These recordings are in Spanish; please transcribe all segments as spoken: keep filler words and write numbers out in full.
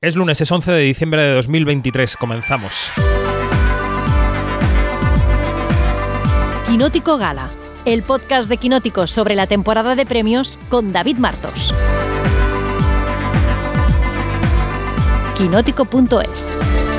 Es lunes, es once de diciembre de dos mil veintitrés. Comenzamos. Quinótico Gala, el podcast de Quinótico sobre la temporada de premios con David Martos. Quinótico punto es.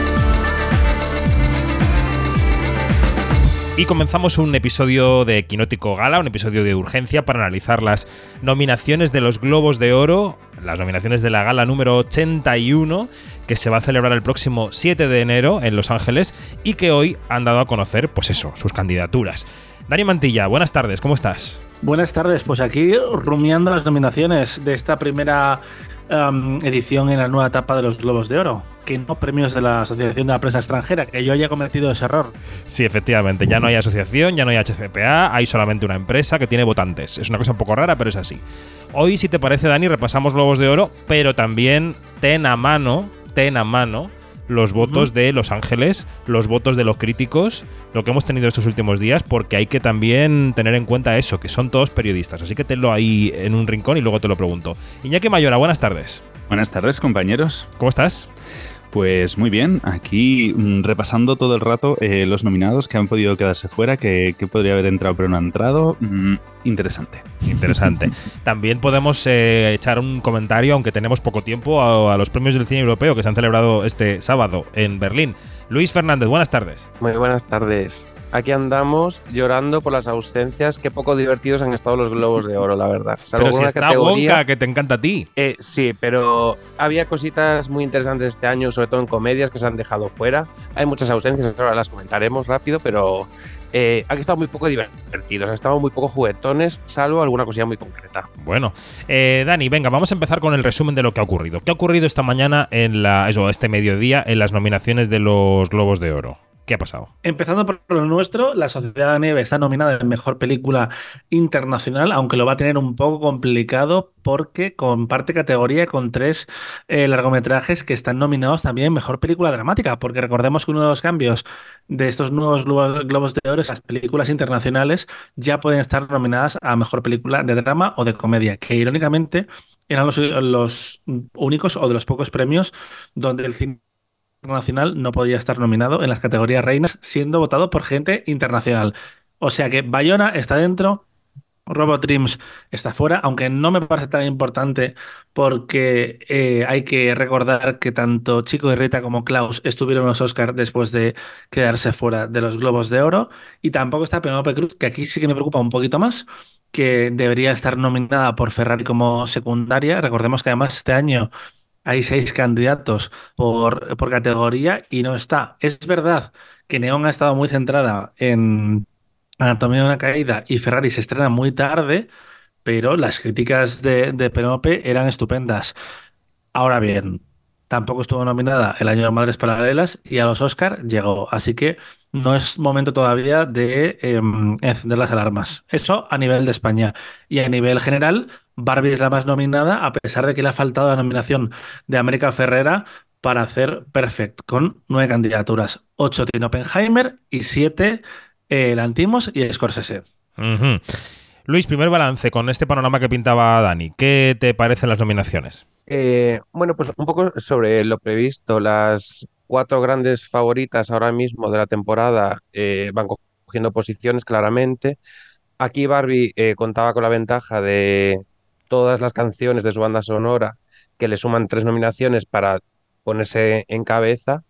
Y comenzamos un episodio de Quinótico Gala, un episodio de urgencia para analizar las nominaciones de los Globos de Oro, las nominaciones de la gala número ochenta y uno, que se va a celebrar el próximo siete de enero en Los Ángeles y que hoy han dado a conocer, pues eso, sus candidaturas. Dani Mantilla, buenas tardes, ¿cómo estás? Buenas tardes, pues aquí rumiando las nominaciones de esta primera um, edición en la nueva etapa de los Globos de Oro, que no premios de la Asociación de la Prensa Extranjera, que yo haya cometido ese error. Sí, efectivamente, ya no hay asociación, ya no hay H F P A, hay solamente una empresa que tiene votantes. Es una cosa un poco rara, pero es así. Hoy, si te parece, Dani, repasamos Globos de Oro, pero también ten a mano, ten a mano los votos uh-huh. de Los Ángeles, los votos de los críticos, lo que hemos tenido estos últimos días, porque hay que también tener en cuenta eso, que son todos periodistas. Así que tenlo ahí en un rincón y luego te lo pregunto. Iñaki Mayora, buenas tardes. Buenas tardes, compañeros. ¿Cómo estás? Pues muy bien, aquí mmm, repasando todo el rato eh, los nominados que han podido quedarse fuera, que, que podría haber entrado pero no han entrado. Mm, interesante. Interesante. También podemos eh, echar un comentario, aunque tenemos poco tiempo, a, a los premios del cine europeo que se han celebrado este sábado en Berlín. Luis Fernández, buenas tardes. Muy buenas tardes. Aquí andamos llorando por las ausencias. Qué poco divertidos han estado los Globos de Oro, la verdad. Salvo pero si está categoría, Wonka, que te encanta a ti. Eh, sí, pero había cositas muy interesantes este año, sobre todo en comedias, que se han dejado fuera. Hay muchas ausencias, ahora las comentaremos rápido, pero eh, han estado muy poco divertidos, han estado muy poco juguetones, salvo alguna cosilla muy concreta. Bueno, eh, Dani, venga, vamos a empezar con el resumen de lo que ha ocurrido. ¿Qué ha ocurrido esta mañana, en la, eso, este mediodía, en las nominaciones de los Globos de Oro? ¿Qué ha pasado? Empezando por lo nuestro, La Sociedad de la Nieve está nominada en Mejor Película Internacional, aunque lo va a tener un poco complicado porque comparte categoría con tres eh, largometrajes que están nominados también en Mejor Película Dramática, porque recordemos que uno de los cambios de estos nuevos Globos de Oro es que las películas internacionales ya pueden estar nominadas a Mejor Película de Drama o de Comedia, que irónicamente eran los, los únicos o de los pocos premios donde el cine internacional no podía estar nominado en las categorías reinas, siendo votado por gente internacional. O sea que Bayona está dentro, Robot Dreams está fuera, aunque no me parece tan importante porque eh, hay que recordar que tanto Chico y Rita como Klaus estuvieron en los Oscars después de quedarse fuera de los Globos de Oro, y tampoco está Penélope Cruz, que aquí sí que me preocupa un poquito más, que debería estar nominada por Ferrari como secundaria. Recordemos que además este año hay seis candidatos por, por categoría y no está. Es verdad que Neon ha estado muy centrada en Anatomía de una caída y Ferrari se estrena muy tarde, pero las críticas de, de Penélope eran estupendas. Ahora bien, tampoco estuvo nominada el año de Madres Paralelas y a los Oscar llegó, así que no es momento todavía de eh, encender las alarmas. Eso a nivel de España. Y a nivel general, Barbie es la más nominada, a pesar de que le ha faltado la nominación de América Ferrera para hacer Perfect, con nueve candidaturas. Ocho tiene Oppenheimer y siete eh, Lanthimos y Scorsese. Uh-huh. Luis, primer balance con este panorama que pintaba Dani. ¿Qué te parecen las nominaciones? Eh, bueno, pues un poco sobre lo previsto. Las cuatro grandes favoritas ahora mismo de la temporada eh, van cogiendo posiciones claramente. Aquí Barbie eh, contaba con la ventaja de todas las canciones de su banda sonora, que le suman tres nominaciones para ponerse en cabeza,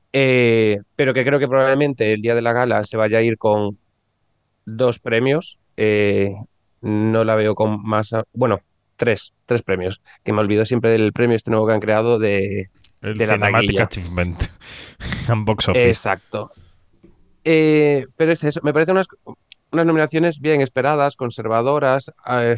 eh, pero que creo que probablemente el día de la gala se vaya a ir con dos premios. Eh, no la veo con más. a- Bueno, tres, tres premios. Que me olvido siempre del premio este nuevo que han creado de, El de la Cinematic taquilla. Achievement and Box Office. Exacto. Eh, pero es eso, me parecen unas, unas nominaciones bien esperadas, conservadoras. eh,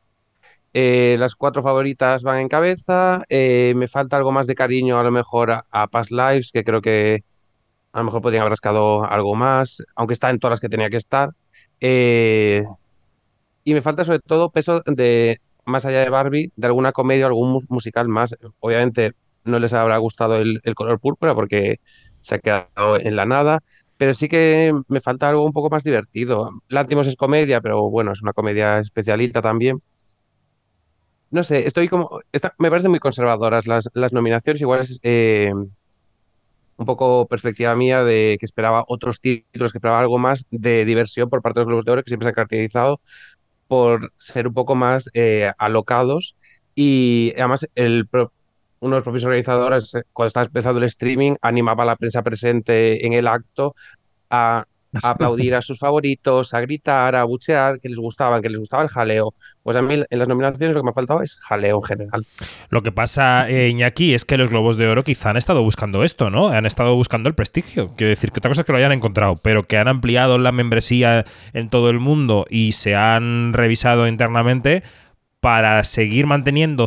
eh, las cuatro favoritas van en cabeza. eh, me falta algo más de cariño a lo mejor a, a Past Lives, que creo que a lo mejor podrían haber rascado algo más, aunque está en todas las que tenía que estar. Eh, Y me falta sobre todo peso de, más allá de Barbie, de alguna comedia o algún mu- musical más. Obviamente no les habrá gustado el, el color púrpura porque se ha quedado en la nada, pero sí que me falta algo un poco más divertido. Lanthimos es comedia, pero bueno, es una comedia especialita también. no sé, estoy como, está- me parecen muy conservadoras las, las nominaciones, igual es eh, un poco perspectiva mía de que esperaba otros títulos, que esperaba algo más de diversión por parte de los Globos de Oro, que siempre se han caracterizado por ser un poco más eh, alocados y además el pro- uno de los propios organizadores, eh, cuando estaba empezando el streaming, animaba a la prensa presente en el acto a, a aplaudir a sus favoritos, a gritar, a buchear, que les gustaban, que les gustaba el jaleo. Pues a mí en las nominaciones lo que me ha faltado es jaleo en general. Lo que pasa, eh, Iñaki, es que los Globos de Oro quizá han estado buscando esto, ¿no? Han estado buscando el prestigio. Quiero decir, que otra cosa es que lo hayan encontrado, pero que han ampliado la membresía en todo el mundo y se han revisado internamente para seguir manteniendo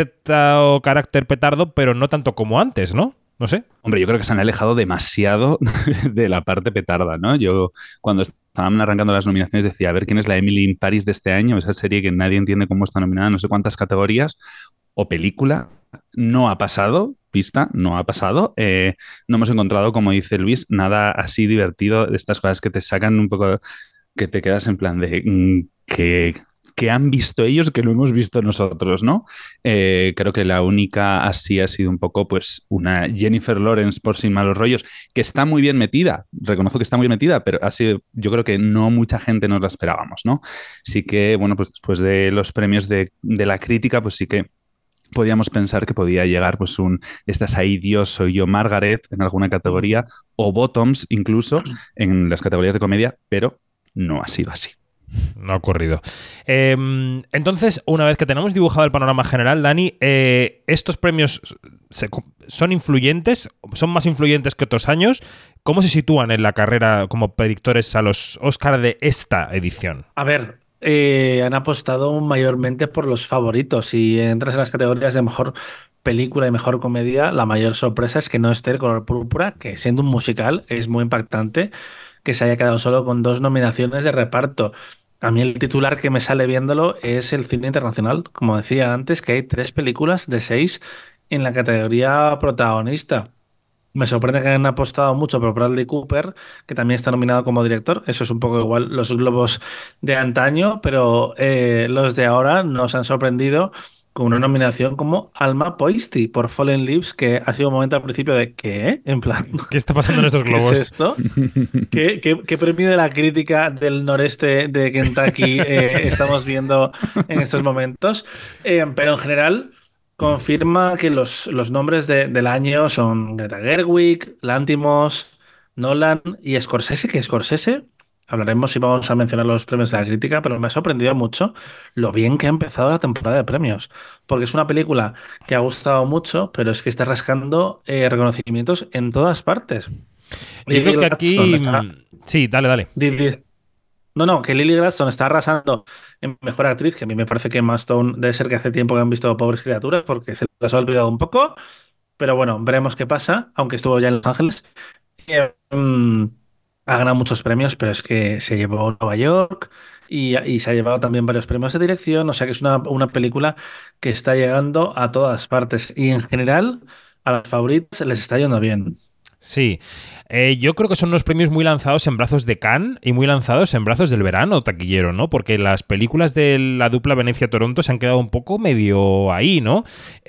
cierto carácter petardo, pero no tanto como antes, ¿no? No sé. Hombre, yo creo que se han alejado demasiado de la parte petarda, ¿no? Yo cuando estaban arrancando las nominaciones decía, a ver quién es la Emily in Paris de este año, esa serie que nadie entiende cómo está nominada, no sé cuántas categorías, o película. No ha pasado, pista, no ha pasado. Eh, no hemos encontrado, como dice Luis, nada así divertido de estas cosas que te sacan un poco, que te quedas en plan de mm, que, que han visto ellos que no hemos visto nosotros, ¿no? Eh, creo que la única así ha sido un poco, pues, una Jennifer Lawrence por Sin Malos Rollos, que está muy bien metida, reconozco que está muy bien metida, pero así yo creo que no mucha gente nos la esperábamos, ¿no? Sí que, bueno, pues después de los premios de, de la crítica, pues sí que podíamos pensar que podía llegar pues un estás ahí Dios soy yo Margaret en alguna categoría o Bottoms incluso en las categorías de comedia, pero no ha sido así. No ha ocurrido. Eh, entonces, una vez que tenemos dibujado el panorama general, Dani, eh, ¿estos premios se, son influyentes? ¿Son más influyentes que otros años? ¿Cómo se sitúan en la carrera como predictores a los Oscar de esta edición? A ver, eh, han apostado mayormente por los favoritos. Si entras en las categorías de mejor película y mejor comedia, la mayor sorpresa es que no esté El color púrpura, que siendo un musical es muy impactante que se haya quedado solo con dos nominaciones de reparto. A mí el titular que me sale viéndolo es el cine internacional. Como decía antes, que hay tres películas de seis en la categoría protagonista. Me sorprende que hayan apostado mucho por Bradley Cooper, que también está nominado como director. Eso es un poco igual los globos de antaño, pero eh, los de ahora nos han sorprendido con una nominación como Alma Poisty por Fallen Leaves, que ha sido un momento al principio de ¿qué? En plan, ¿Qué está pasando en estos ¿qué es globos? esto? ¿Qué, qué, qué premio de la crítica del noreste de Kentucky eh, estamos viendo en estos momentos? Eh, pero en general confirma que los, los nombres de- del año son Greta Gerwig, Lantimos, Nolan y Scorsese, que Scorsese, hablaremos si vamos a mencionar los premios de la crítica, pero me ha sorprendido mucho lo bien que ha empezado la temporada de premios, porque es una película que ha gustado mucho, pero es que está rascando eh, reconocimientos en todas partes. Yo Lily creo que Gladstone aquí... está. mm, Sí, dale, dale. Di- di- No, no, que Lily Gladstone está arrasando en mejor actriz, que a mí me parece que Emma Stone debe ser que hace tiempo que han visto Pobres Criaturas, porque se las ha olvidado un poco. Pero bueno, veremos qué pasa, aunque estuvo ya en Los Ángeles. Eh, mm, ha ganado muchos premios, pero es que se llevó Nueva York y, y se ha llevado también varios premios de dirección. O sea que es una, una película que está llegando a todas partes. Y en general, a las favoritas les está yendo bien. Sí, Eh, yo creo que son unos premios muy lanzados en brazos de Cannes y muy lanzados en brazos del verano taquillero, ¿no? Porque las películas de la dupla Venecia-Toronto se han quedado un poco medio ahí, ¿no?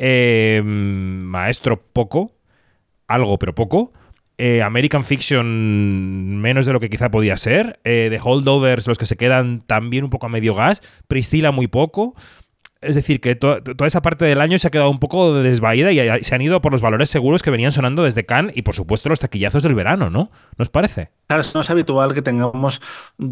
Eh, Maestro, poco, algo, pero poco. Eh, American Fiction, menos de lo que quizá podía ser. Eh, The Holdovers, los que se quedan también un poco a medio gas. Priscilla, muy poco. Es decir, que to toda esa parte del año se ha quedado un poco desvaída y se han ido por los valores seguros que venían sonando desde Cannes y, por supuesto, los taquillazos del verano, ¿no? ¿No os parece? Claro, no es habitual que tengamos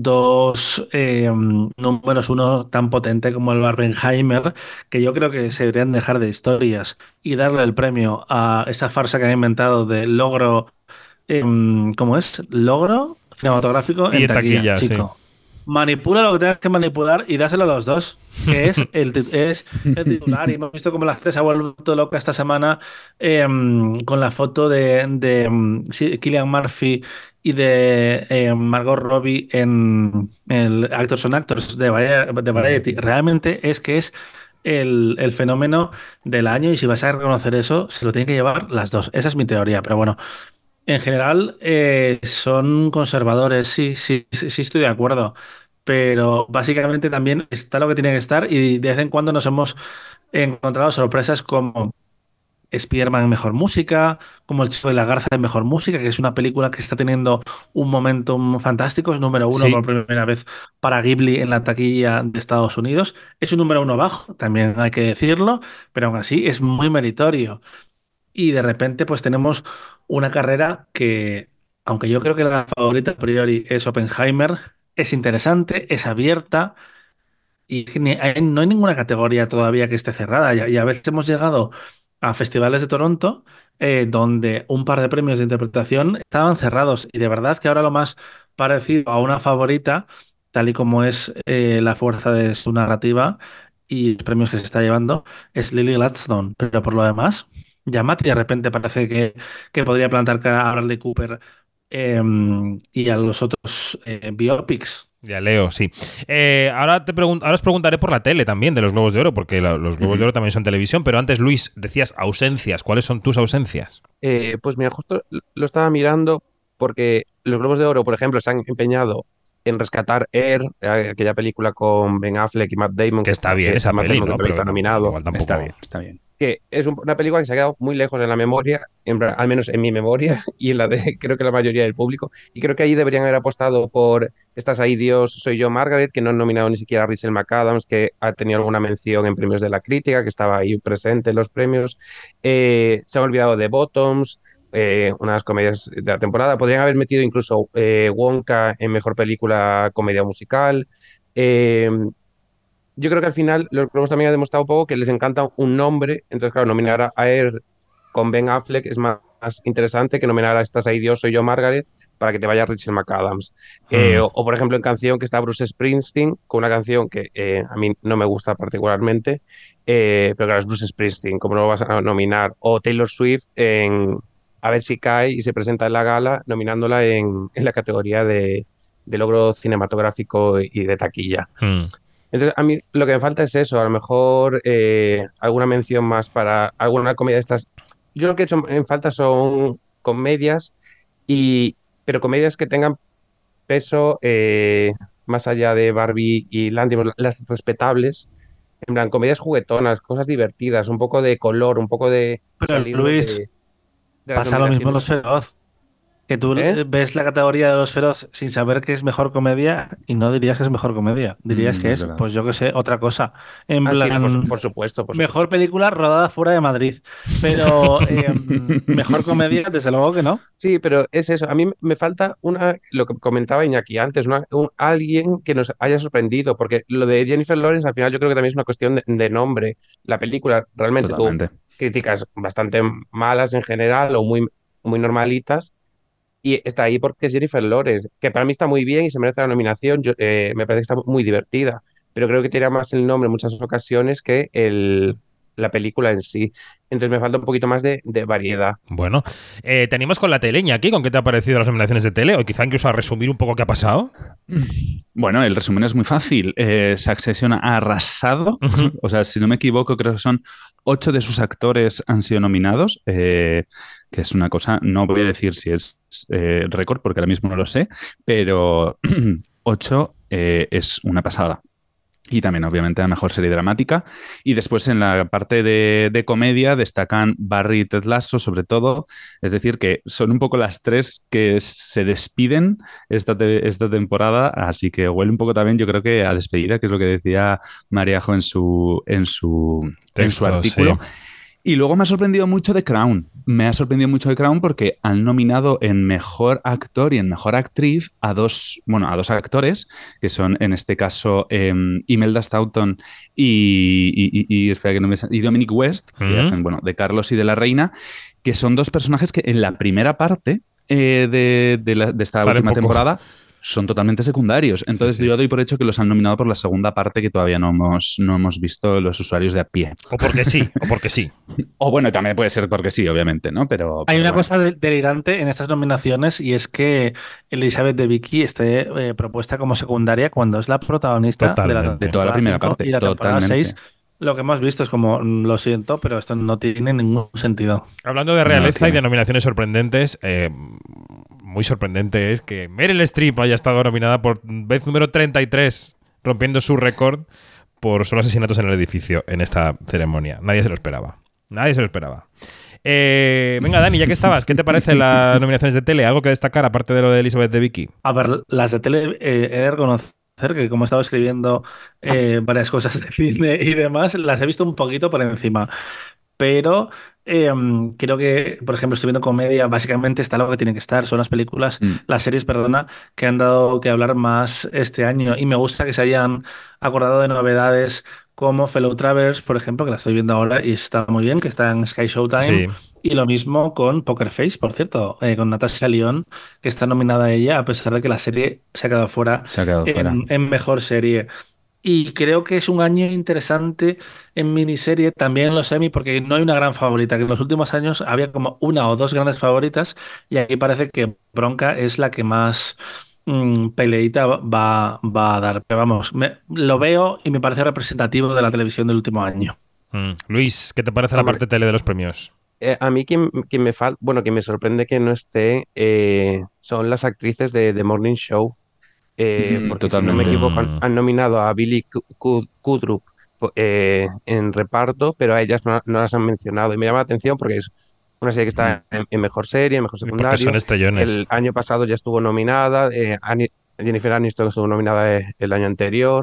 dos eh, números, uno tan potente como el Barbenheimer, que yo creo que se deberían dejar de historias y darle el premio a esa farsa que han inventado de logro, eh, ¿cómo es? Logro cinematográfico Y en en taquilla, taquilla, sí. chico. Manipula lo que tengas que manipular y dáselo a los dos, que es el, tit- es el titular. Y hemos visto como la actriz se ha vuelto loca esta semana eh, con la foto de, de mm, sí, Cillian Murphy y de eh, Margot Robbie en el Actors on Actors de, Vari- de Variety. Realmente es que es el, el fenómeno del año y si vas a reconocer eso, se lo tienen que llevar las dos. Esa es mi teoría, pero bueno. En general, eh, son conservadores, sí, sí, sí, sí estoy de acuerdo. Pero básicamente también está lo que tiene que estar y de vez en cuando nos hemos He encontrado sorpresas como Spider-Man en mejor música, como El Chico de la Garza en mejor música, que es una película que está teniendo un momentum fantástico. Es número uno por Sí, primera vez para Ghibli en la taquilla de Estados Unidos. Es un número uno bajo, también hay que decirlo, pero aún así es muy meritorio. Y de repente, pues tenemos una carrera que, aunque yo creo que la favorita a priori es Oppenheimer, es interesante, es abierta. Y es que ni- hay- no hay ninguna categoría todavía que esté cerrada. Y, a y a veces hemos llegado a festivales de Toronto eh, donde un par de premios de interpretación estaban cerrados. Y de verdad que ahora lo más parecido a una favorita, tal y como es eh, la fuerza de su narrativa y los premios que se está llevando, es Lily Gladstone. Pero por lo demás, Yamati de repente parece que, que podría plantar cara a Bradley Cooper em, y a los otros eh, biopics. ya leo, sí. Eh, ahora te pregun- ahora os preguntaré por la tele también de los Globos de Oro, porque la- los Globos de Ujú. Oro también son televisión, pero antes, Luis, decías ausencias. ¿Cuáles son tus ausencias? Eh, pues mira, justo lo estaba mirando porque los Globos de Oro, por ejemplo, se han empeñado en rescatar Air, eh, aquella película con Ben Affleck y Matt Damon, Que que está está, bien que, esa Matt peli, Damon que ¿no? también Pero está tam- nominado, igual Está tampoco. bien, está bien. que es un- una película que se ha quedado muy lejos en la memoria, en plan, al menos en mi memoria y en la de creo que la mayoría del público. Y creo que ahí deberían haber apostado por Estás ahí, Dios, soy yo, Margaret, que no han nominado ni siquiera a Rachel McAdams, que ha tenido alguna mención en premios de la crítica, que estaba ahí presente en los premios. Eh, se han olvidado de Bottoms. Eh, una de las comedias de la temporada. Podrían haber metido incluso eh, Wonka en mejor película comedia musical. Eh, yo creo que al final los Globos también han demostrado un poco que les encanta un nombre, entonces claro, nominar a a Air con Ben Affleck es más, más interesante que nominar a Estás ahí Dios, soy yo Margaret para que te vaya Rachel McAdams. Eh, Hmm. o, o, por ejemplo en canción que está Bruce Springsteen con una canción que eh, a mí no me gusta particularmente, eh, pero claro, es Bruce Springsteen, ¿cómo no lo vas a nominar? O Taylor Swift en A ver si cae y se presenta en la gala nominándola en, en la categoría de, de logro cinematográfico y de taquilla. Hmm. Entonces, a mí lo que me falta es eso, a lo mejor eh, alguna mención más para alguna comedia de estas. Yo lo que he hecho en falta son comedias, y, pero comedias que tengan peso eh, más allá de Barbie y Land, digamos, las respetables, en plan, comedias juguetonas, cosas divertidas, un poco de color, un poco de Pero salirnos Luis, de, de las pasa lo mismo en Los nominaciones. Feroz, que tú ¿Eh? eh, ves la categoría de Los Feroz sin saber que es mejor comedia y no dirías que es mejor comedia, dirías Mm, que es es, verdad. pues yo qué sé, otra cosa. En Ah, sí, no, por, su- plan, por supuesto, por mejor supuesto. película rodada fuera de Madrid, pero eh, mejor comedia, desde luego que no. Sí, pero es eso. A mí me falta una, lo que comentaba Iñaki antes, una- un, alguien que nos haya sorprendido, porque lo de Jennifer Lawrence al final yo creo que también es una cuestión de, de nombre. La película realmente tuvo Totalmente. críticas bastante malas en general o muy, muy normalitas, y está ahí porque es Jennifer Lawrence, que para mí está muy bien y se merece la nominación. Yo, eh, me parece que está muy divertida, pero creo que tiene más el nombre en muchas ocasiones que el, la película en sí. Entonces me falta un poquito más de, de variedad. Bueno, eh, teníamos con la tele, aquí. ¿Con qué te ha parecido las nominaciones de tele? O quizá incluso a resumir un poco qué ha pasado. Bueno, el resumen es muy fácil. Eh, Succession ha arrasado. Ujú. O sea, si no me equivoco, creo que son ocho de sus actores han sido nominados, eh, que es una cosa, no voy a decir si es eh, récord, porque ahora mismo no lo sé, pero ocho eh, es una pasada. Y también, obviamente, la mejor serie dramática. Y después, en la parte de, de comedia, destacan Barry y Ted Lasso, sobre todo. Es decir, que son un poco las tres que se despiden esta, te- esta temporada. Así que huele un poco también, yo creo que a despedida, que es lo que decía Mariajo en su, en su, en su Texto, sí. artículo. Y luego me ha sorprendido mucho The Crown. Me ha sorprendido mucho The Crown porque han nominado en mejor actor y en mejor actriz a dos, bueno, a dos actores, que son en este caso eh, Imelda Staunton y, y, y, y, espera que no me sal- y Dominic West, que Mm. hacen, bueno, de Carlos y de la Reina, que son dos personajes que en la primera parte eh, de, de, la- de esta Salen última poco. temporada son totalmente secundarios. Entonces Sí, sí. yo doy por hecho que los han nominado por la segunda parte que todavía no hemos, no hemos visto los usuarios de a pie. O porque sí, o porque sí. O bueno, también puede ser porque sí, obviamente, ¿no? Pero, Hay pero una bueno. cosa de- delirante en estas nominaciones y es que Elizabeth de Vicky esté eh, propuesta como secundaria cuando es la protagonista de la Totalmente. De toda la temporada primera cinco parte, y la temporada seis. totalmente. Lo que hemos visto es como, mm, lo siento, pero esto no tiene ningún sentido. Hablando de No lo realeza y tiene. de nominaciones sorprendentes, eh, muy sorprendente es que Meryl Streep haya estado nominada por vez número treinta y tres, rompiendo su récord por solo asesinatos en el edificio en esta ceremonia. Nadie se lo esperaba. Nadie se lo esperaba. Eh, venga, Dani, ya que estabas, ¿qué te parecen las nominaciones de tele? ¿Algo que destacar aparte de lo de Elizabeth Debicki? A ver, las de tele, eh, he de reconocer que como he estado escribiendo eh, varias cosas de cine y demás, las he visto un poquito por encima. Pero eh, creo que, por ejemplo, estoy viendo comedia, básicamente está lo que tiene que estar. Son las películas, Mm. las series, perdona, que han dado que hablar más este año. Y me gusta que se hayan acordado de novedades como Fellow Travelers, por ejemplo, que la estoy viendo ahora y está muy bien, que está en Sky Showtime. Sí. Y lo mismo con Poker Face, por cierto, eh, con Natasha Lyonne, que está nominada a ella, a pesar de que la serie se ha quedado fuera Se ha quedado fuera. en, en mejor serie. Y creo que es un año interesante en miniserie, también en los Emmy, porque no hay una gran favorita, que en los últimos años había como una o dos grandes favoritas, y aquí parece que Bronca es la que más mm, peleita va, va a dar. Pero vamos, me- lo veo y me parece representativo de la televisión del último año. Mm. Luis, ¿qué te parece la Hombre, parte tele de los premios? eh, a mí quien, quien me falta, bueno, que me sorprende que no esté eh, son las actrices de The Morning Show. Eh, Mm, porque si no me totalmente. equivoco, han, Mm. han nominado a Billy Cu- Cu- Crudup po- eh, en reparto, pero a ellas no, no las han mencionado. Y me llama la atención porque es una serie que Mm. está en, en mejor serie, en mejor Porque son secundario, que estrellones. el año pasado ya estuvo nominada, eh, Ani- Jennifer Aniston estuvo nominada eh, el año anterior.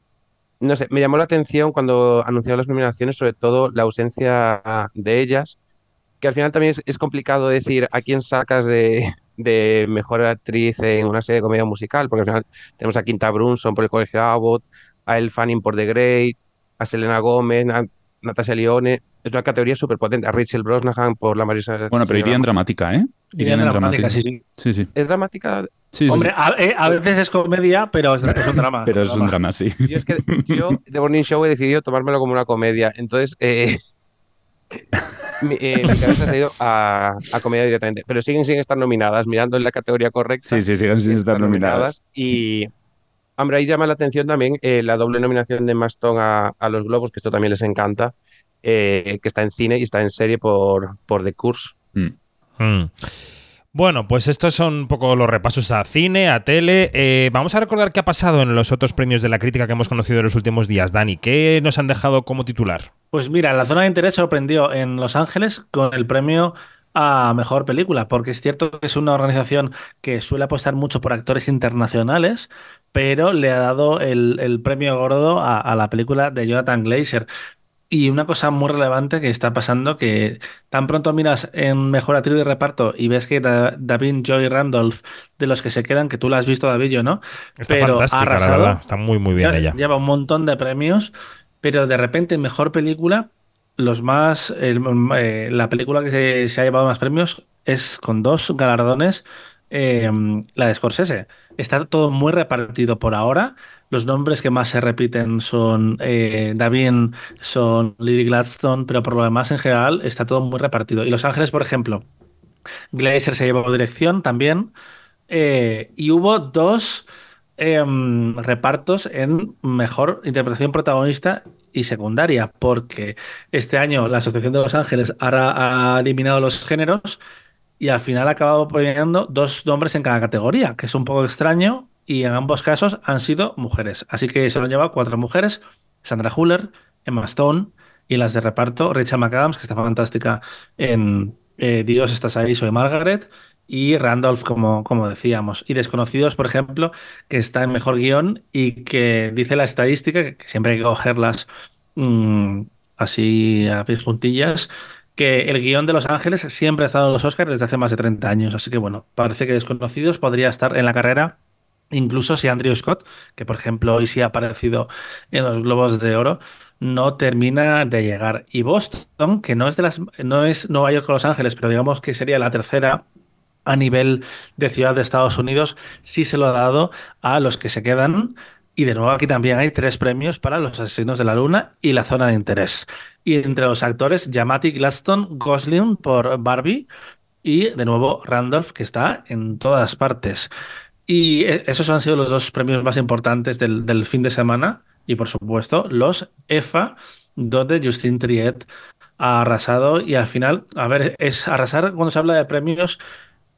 No sé, me llamó la atención cuando anunciaron las nominaciones, sobre todo la ausencia de ellas, que al final también es, es complicado decir a quién sacas de, de mejor actriz en una serie de comedia musical, porque al final tenemos a Quinta Brunson por El Colegio Abbott, a Elle Fanning por The Great, a Selena Gomez, a Natasha Lyonne. Es una categoría súper potente. A Rachel Brosnahan por La Marisa Bueno, pero Señora. iría en dramática, ¿eh? Iría Irían en dramática, dramática. sí, sí. Sí, sí. ¿Es dramática? Sí, sí, sí. Hombre, a, eh, a veces es comedia, pero es, es un drama. Pero Es un es un drama. drama, sí. Yo es que yo, The Morning Show, he decidido tomármelo como una comedia. Entonces, eh, mi, eh, mi cabeza se ha ido a, a comedia directamente. Pero siguen sin estar nominadas, mirando en la categoría Sí, correcta, sí, siguen sin siguen sin estar estar nominadas. nominadas. Y, hombre, ahí llama la atención también eh, la doble nominación de Emma Stone a, a los Globos, que esto también les encanta, eh, que está en cine y está en serie por, por The Curse. Mm. Mm. Bueno, pues estos son un poco los repasos a cine, a tele. Eh, vamos a recordar qué ha pasado en los otros premios de la crítica que hemos conocido en los últimos días. Dani, ¿qué nos han dejado como titular? Pues mira, la zona de interés sorprendió en Los Ángeles con el premio a mejor película, porque es cierto que es una organización que suele apostar mucho por actores internacionales, pero le ha dado el, el premio gordo a, a la película de Jonathan Glazer. Y una cosa muy relevante que está pasando, que tan pronto miras en Mejor Actriz de Reparto y ves que Da- David Joy Randolph, de los que se quedan, que tú la has visto, David, yo no, Está pero ha fantástica, la verdad. arrasado, Está muy, muy bien lle- ella. lleva un montón de premios, pero de repente en Mejor Película, los más, el- eh, la película que se, se ha llevado más premios es con dos galardones, eh, la de Scorsese. Está todo muy repartido por ahora. Los nombres que más se repiten son eh, David, son Lily Gladstone, pero por lo demás en general está todo muy repartido. Y Los Ángeles, por ejemplo, Glazer se llevó dirección también. Eh, y hubo dos em, repartos en mejor interpretación protagonista y secundaria, porque este año la Asociación de Los Ángeles ha, ha eliminado los géneros y al final ha acabado premiando dos nombres en cada categoría, que es un poco extraño, y en ambos casos han sido mujeres. Así que se lo han llevado cuatro mujeres: Sandra Huller, Emma Stone, y las de reparto, Rachel McAdams, que está fantástica en eh, Dios, estás ahí, soy Margaret, y Randolph, como, como decíamos. Y Desconocidos, por ejemplo, que está en mejor guión y que dice la estadística, que, que siempre hay que cogerlas mm, así a pies juntillas, que el guión de Los Ángeles siempre ha estado en los Oscars desde hace más de treinta años. Así que bueno, parece que Desconocidos podría estar en la carrera, incluso si Andrew Scott, que por ejemplo hoy sí ha aparecido en los Globos de Oro, no termina de llegar. Y Boston, que no es de las, no es Nueva York o Los Ángeles, pero digamos que sería la tercera a nivel de ciudad de Estados Unidos, sí se lo ha dado a Los que se quedan. Y de nuevo aquí también hay tres premios para Los asesinos de la luna y La zona de interés. Y entre los actores, Yamati Gladstone, Gosling por Barbie y de nuevo Randolph, que está en todas partes. Y eh, esos han sido los dos premios más importantes del, del fin de semana. Y por supuesto, los E F A, donde Justine Triet ha arrasado. Y al final, a ver, es arrasar cuando se habla de premios.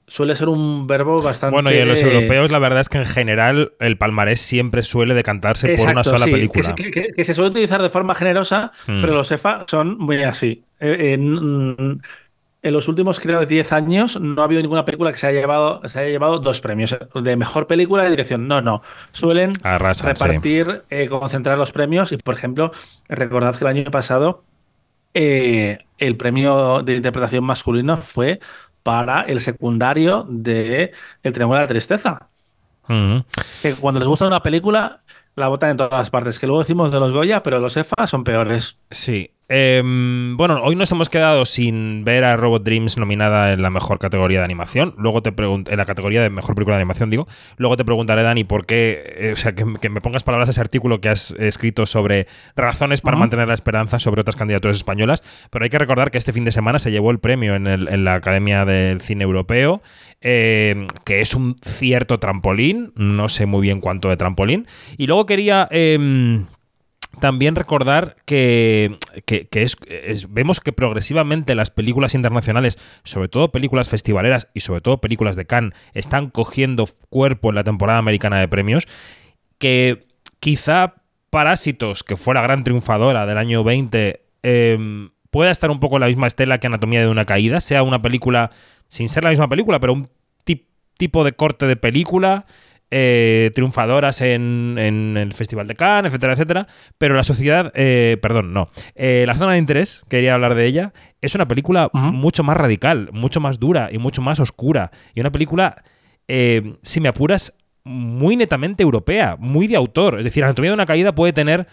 suele ser un verbo bastante... Bueno, y en los europeos la verdad es que en general el palmarés siempre suele decantarse por una Exacto, sola sí, que, película. se- que- que- que se suele utilizar de forma generosa, Mm. pero los EFA son muy así. Eh, en, en los últimos, creo, diez años no ha habido ninguna película que se haya llevado, se haya llevado dos premios, eh, de mejor película y dirección. No, no. Suelen Arrasan, sí. repartir, eh, concentrar los premios y, por ejemplo, recordad que el año pasado eh, el premio de interpretación masculino fue para el secundario de El Triángulo de la Tristeza. Mm. Que cuando les gusta una película, la votan en todas partes. Que luego decimos de los Goya, pero los EFA son peores. Sí. Em, bueno, hoy nos hemos quedado sin ver a Robot Dreams nominada en la mejor categoría de animación. Luego te pregunto, en la categoría de mejor película de animación, digo. Luego te preguntaré, Dani, por qué, eh, o sea, que, que me pongas palabras a ese artículo que has escrito sobre razones para Ujú. mantener la esperanza sobre otras candidaturas españolas. Pero hay que recordar que este fin de semana se llevó el premio en, el- en la Academia del Cine Europeo, eh, que es un cierto trampolín. No sé muy bien cuánto de trampolín. Y luego quería... em, también recordar que, que- que es, es- vemos que progresivamente las películas internacionales, sobre todo películas festivaleras y sobre todo películas de Cannes, están cogiendo cuerpo en la temporada americana de premios, que quizá Parásitos, que fue la gran triunfadora del año veinte, eh, pueda estar un poco en la misma estela que Anatomía de una caída, sea una película, sin ser la misma película, pero un tip- tipo de corte de película, eh, triunfadoras en, en el Festival de Cannes, etcétera, etcétera. Pero la sociedad, eh, perdón, no. Eh, la zona de interés, quería hablar de ella, es una película Ujú. mucho más radical, mucho más dura y mucho más oscura. Y una película, eh, si me apuras, muy netamente europea, muy de autor. Es decir, Anatomía de una caída puede tener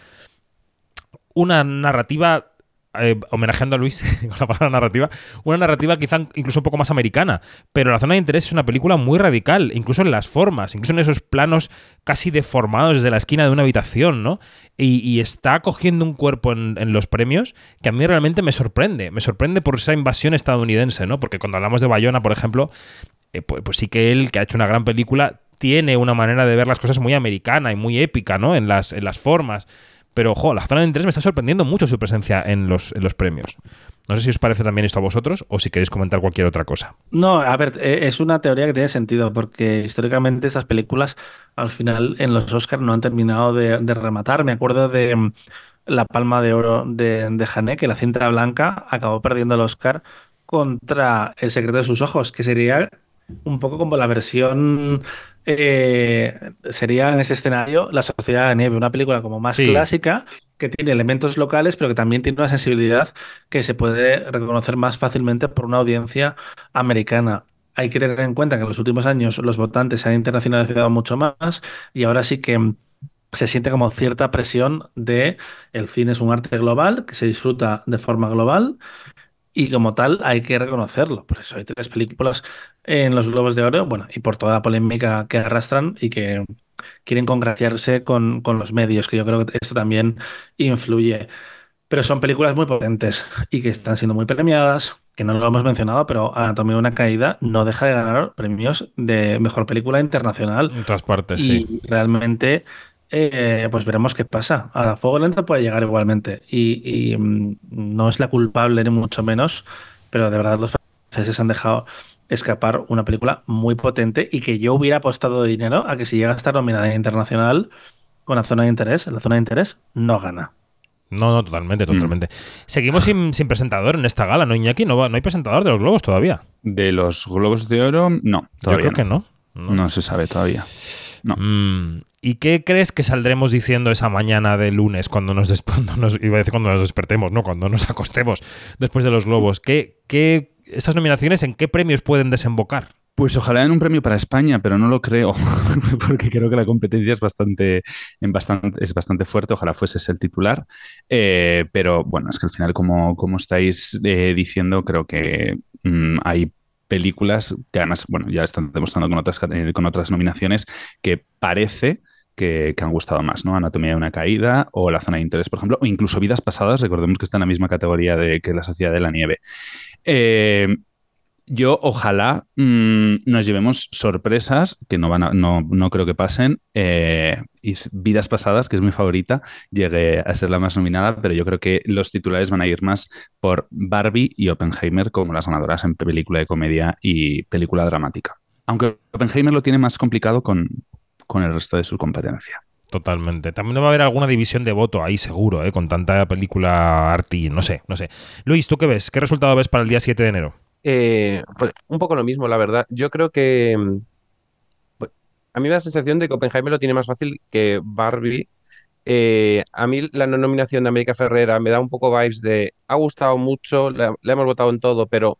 una narrativa, eh, homenajeando a Luis con la palabra narrativa, una narrativa quizá incluso un poco más americana, pero La zona de interés es una película muy radical, incluso en las formas, incluso en esos planos casi deformados desde la esquina de una habitación, ¿no? Y, y está cogiendo un cuerpo en, en los premios que a mí realmente me sorprende, me sorprende por esa invasión estadounidense, ¿no? Porque cuando hablamos de Bayona, por ejemplo, eh, pues, pues sí que él, que ha hecho una gran película, tiene una manera de ver las cosas muy americana y muy épica, ¿no? En las, en las formas. Pero, ojo, La zona de interés me está sorprendiendo mucho su presencia en los, en los premios. No sé si os parece también esto a vosotros o si queréis comentar cualquier otra cosa. No, a ver, eh, es una teoría que tiene sentido, porque históricamente estas películas al final en los Oscars no han terminado de, de rematar. Me acuerdo de mm, La Palma de Oro de, de Jané, que la cinta blanca acabó perdiendo el Oscar contra El secreto de sus ojos, que sería un poco como la versión, eh, sería en este escenario La Sociedad de la Nieve, una película como más Sí, clásica, que tiene elementos locales, pero que también tiene una sensibilidad que se puede reconocer más fácilmente por una audiencia americana. Hay que tener en cuenta que en los últimos años los votantes se han internacionalizado mucho más y ahora sí que mm, se siente como cierta presión de el cine es un arte global que se disfruta de forma global y como tal hay que reconocerlo. Por eso hay tres películas en los Globos de Oro, bueno, y por toda la polémica que arrastran y que quieren congraciarse con, con los medios, que yo creo que esto también influye. Pero son películas muy potentes y que están siendo muy premiadas, que no lo hemos mencionado, pero Anatomía de una caída no deja de ganar premios de mejor película internacional en todas partes, sí. y realmente eh, pues veremos qué pasa. A Fuego Lento puede llegar igualmente y, y, mm, no es la culpable ni mucho menos, pero de verdad los franceses han dejado escapar una película muy potente y que yo hubiera apostado dinero a que si llega a estar nominada en internacional con la zona de interés, la zona de interés no gana. No, no, totalmente, Mm. totalmente. Seguimos sin, sin presentador en esta gala, ¿no, Iñaki? No, va- no hay presentador de los Globos todavía. De los Globos de Oro, no, todavía Yo creo no. que no. No. No se sabe todavía. No. Mm, ¿Y qué crees que saldremos diciendo esa mañana de lunes cuando nos, des- cuando nos iba a decir cuando nos despertemos, no, cuando nos acostemos después de los Globos? ¿Qué, qué, estas nominaciones en qué premios pueden desembocar? Pues ojalá en un premio para España, pero no lo creo, porque creo que la competencia es bastante, en bastante, es bastante fuerte. Ojalá fuese ese el titular. Eh, pero bueno, es que al final, como, como estáis eh, diciendo, creo que mm, hay películas que además, bueno, ya están demostrando con otras, eh, con otras nominaciones que parece que, que han gustado más, ¿no? Anatomía de una caída o La zona de interés, por ejemplo, o incluso Vidas pasadas, recordemos que está en la misma categoría de, que La sociedad de la nieve. Eh, Yo ojalá mmm, nos llevemos sorpresas que no van a, no, no creo que pasen. Eh, y Vidas Pasadas, que es mi favorita, llegue a ser la más nominada, pero yo creo que los titulares van a ir más por Barbie y Oppenheimer como las ganadoras en película de comedia y película dramática. Aunque Oppenheimer lo tiene más complicado con, con el resto de su competencia. Totalmente. También va a haber alguna división de voto ahí, seguro, ¿eh? Con tanta película arty, no sé, no sé. Luis, ¿tú qué ves? ¿Qué resultado ves para el día siete de enero? Eh, pues un poco lo mismo, la verdad. Yo creo que mm, pues, a mí me da la sensación de que Oppenheimer lo tiene más fácil que Barbie. Eh, a mí la no nominación de América Ferrera me da un poco vibes de ha gustado mucho, la, la hemos votado en todo, pero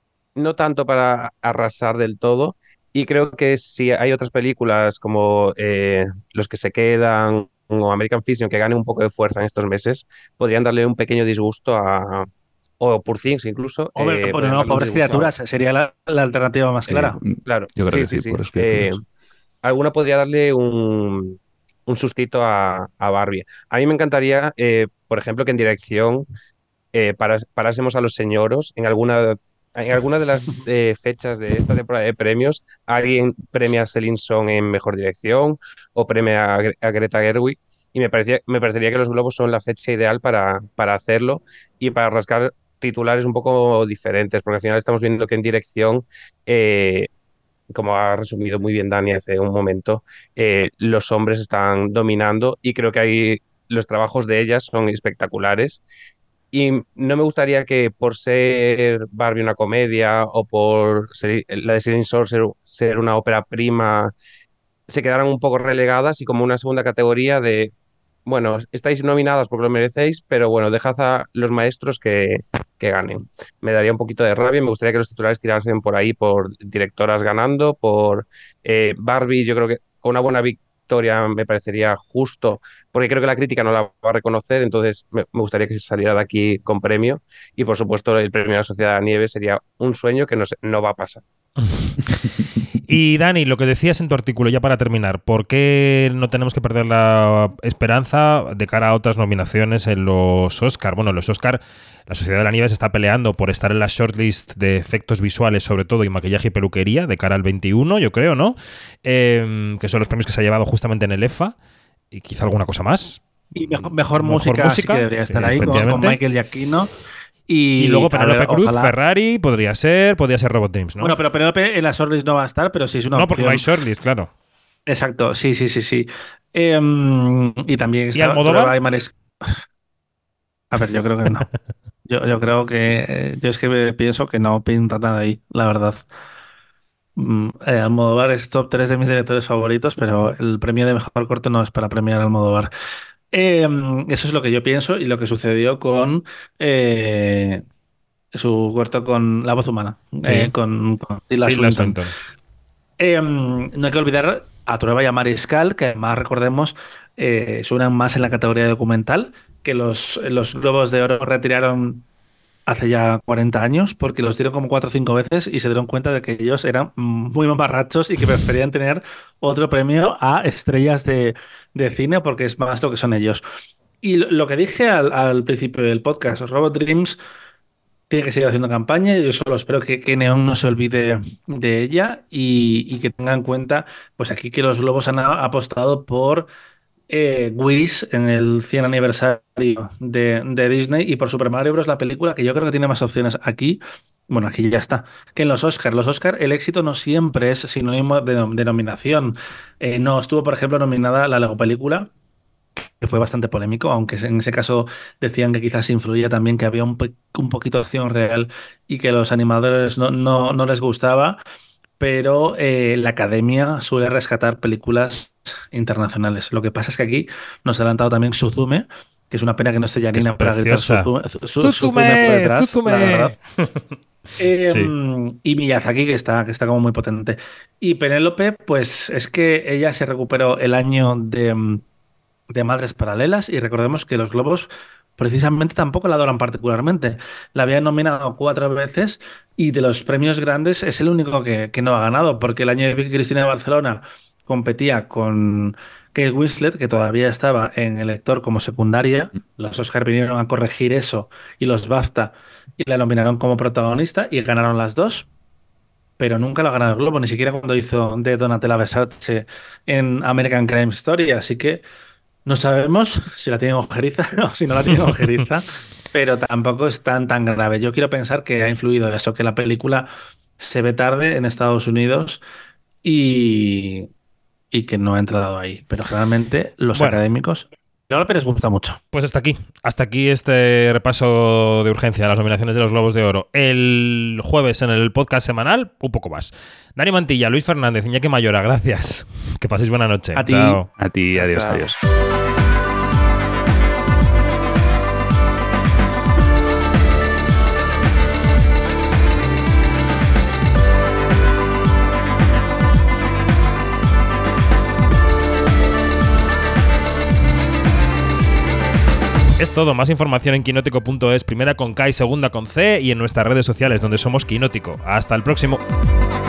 no tanto para arrasar del todo. Y creo que si hay otras películas como eh, Los que se quedan o American Fiction que ganen un poco de fuerza en estos meses, podrían darle un pequeño disgusto a, o Poor Things incluso, Hombre, eh, pero podrían no, darle un pobres disgusto a... criaturas, sería la, la alternativa más Eh, clara. Claro, yo creo sí, que sí, sí, por sí. las Eh, criaturas. alguna podría darle un, un sustito a, a Barbie. A mí me encantaría, eh, por ejemplo, que en dirección eh, paras- parásemos a los señoros en alguna, en alguna de las eh, fechas de esta temporada de premios. Alguien premia a Celine Song en mejor dirección o premia a, Gre- a Greta Gerwig. Y me parecía, me parecería que los Globos son la fecha ideal para, para hacerlo y para rascar titulares un poco diferentes, porque al final estamos viendo que en dirección eh, como ha resumido muy bien Dani hace un momento, eh, los hombres están dominando y creo que ahí los trabajos de ellas son espectaculares. Y no me gustaría que por ser Barbie una comedia o por ser, la de Selling Source ser, ser una ópera prima, se quedaran un poco relegadas y como una segunda categoría de, bueno, estáis nominadas porque lo merecéis, pero bueno, dejad a los maestros que, que ganen. Me daría un poquito de rabia y me gustaría que los titulares tirasen por ahí, por directoras ganando, por eh, Barbie, yo creo que con una buena victoria me parecería justo, porque creo que la crítica no la va a reconocer, entonces me, me gustaría que se saliera de aquí con premio y por supuesto el premio a la Sociedad Nieve sería un sueño que no, se- no va a pasar. Y Dani, lo que decías en tu artículo, ya para terminar, ¿por qué no tenemos que perder la esperanza de cara a otras nominaciones en los Oscar? Bueno, en los Oscar, la Sociedad de la Nieve se está peleando por estar en la shortlist de efectos visuales, sobre todo, y maquillaje y peluquería, de cara al veintiuno, yo creo, ¿no? Eh, que son los premios que se ha llevado justamente en el E F A, y quizá alguna cosa más. Y mejor, mejor Mejor música sí que música, debería sí, estar ahí con, con efectivamente. Michael Giacchino. Y Y luego a ver, Penélope Cruz, ojalá. Ferrari, podría ser, podría ser Robot Dreams, ¿no? Bueno, pero Penélope en la shortlist no va a estar, pero sí es una No, porque no opción. hay shortlist, claro. Exacto, sí, sí, sí, sí. Em, y también ¿Y está Prueba Almodóvar? y Maris. A ver, yo creo que no. Yo, yo creo que. eh, Yo es que pienso que no pinta nada ahí, la verdad. Mm, eh, Almodóvar es top tres de mis directores favoritos, pero el premio de mejor corto no es para premiar a Almodóvar. Em, eso es lo que yo pienso y lo que sucedió con eh, su corto con La Voz Humana, eh, Sí. con, con Tilda Tilda Swinton. Swinton. Em, no hay que olvidar a Trueba y a Mariscal, que además recordemos eh, suenan más en la categoría de documental, que los, los Globos de Oro retiraron hace ya cuarenta años, porque los dieron como cuatro o cinco veces y se dieron cuenta de que ellos eran muy mamarrachos y que preferían tener otro premio a estrellas de, de cine, porque es más lo que son ellos. Y lo, lo que dije al, al principio del podcast, Robot Dreams tiene que seguir haciendo campaña. Yo solo espero que, que Neon no se olvide de ella y, y que tenga en cuenta, pues aquí que los Globos han a- apostado por eh, Wish en el cien aniversario de, de Disney y por Super Mario Bros. La película, que yo creo que tiene más opciones aquí. Bueno, aquí ya está. Que en los Oscars. Los Oscars, el éxito no siempre es sinónimo de, nom- de nominación. Eh, no estuvo, por ejemplo, nominada la Lego Película, que fue bastante polémico, aunque en ese caso decían que quizás influía también que había un, pe- un poquito de acción real y que a los animadores no, no, no les gustaba, pero eh, la academia suele rescatar películas internacionales. Lo que pasa es que aquí nos ha adelantado también Suzume, que es una pena que no esté Que es Janina para gritar preciosa. Suzume, Su- Su- Suzume por ¡Suzume! detrás, la ¡Suzume! verdad. Eh, Sí. y Miyazaki, que está, que está como muy potente. Y Penélope, pues es que ella se recuperó el año de, mm, de Madres Paralelas y recordemos que los Globos precisamente tampoco la adoran particularmente. La habían nominado cuatro veces y de los premios grandes es el único que, que no ha ganado, porque el año de Vicky Cristina de Barcelona competía con Kate Winslet, que todavía estaba en el lector como secundaria. Los Oscar vinieron a corregir eso y los BAFTA y la nominaron como protagonista y ganaron las dos. pero nunca lo ha ganado el Globo, ni siquiera cuando hizo de Donatella Versace en American Crime Story. Así que no sabemos si la tienen ojeriza o si no la tienen ojeriza, pero tampoco es tan, tan grave. Yo quiero pensar que ha influido eso, que la película se ve tarde en Estados Unidos y, y que no ha entrado ahí. Pero generalmente los Bueno. académicos, a les gusta mucho. Pues hasta aquí. Hasta aquí este repaso de urgencia a las nominaciones de los Globos de Oro. El jueves en el podcast semanal, un poco más. Dani Mantilla, Luis Fernández, Iñaki Mayora, gracias. Que paséis buena noche. A ti. Chao. A ti, adiós, Chao. adiós. Es todo. Más información en quinótico punto es, primera con K y segunda con C, y en nuestras redes sociales, donde somos Quinótico. Hasta el próximo.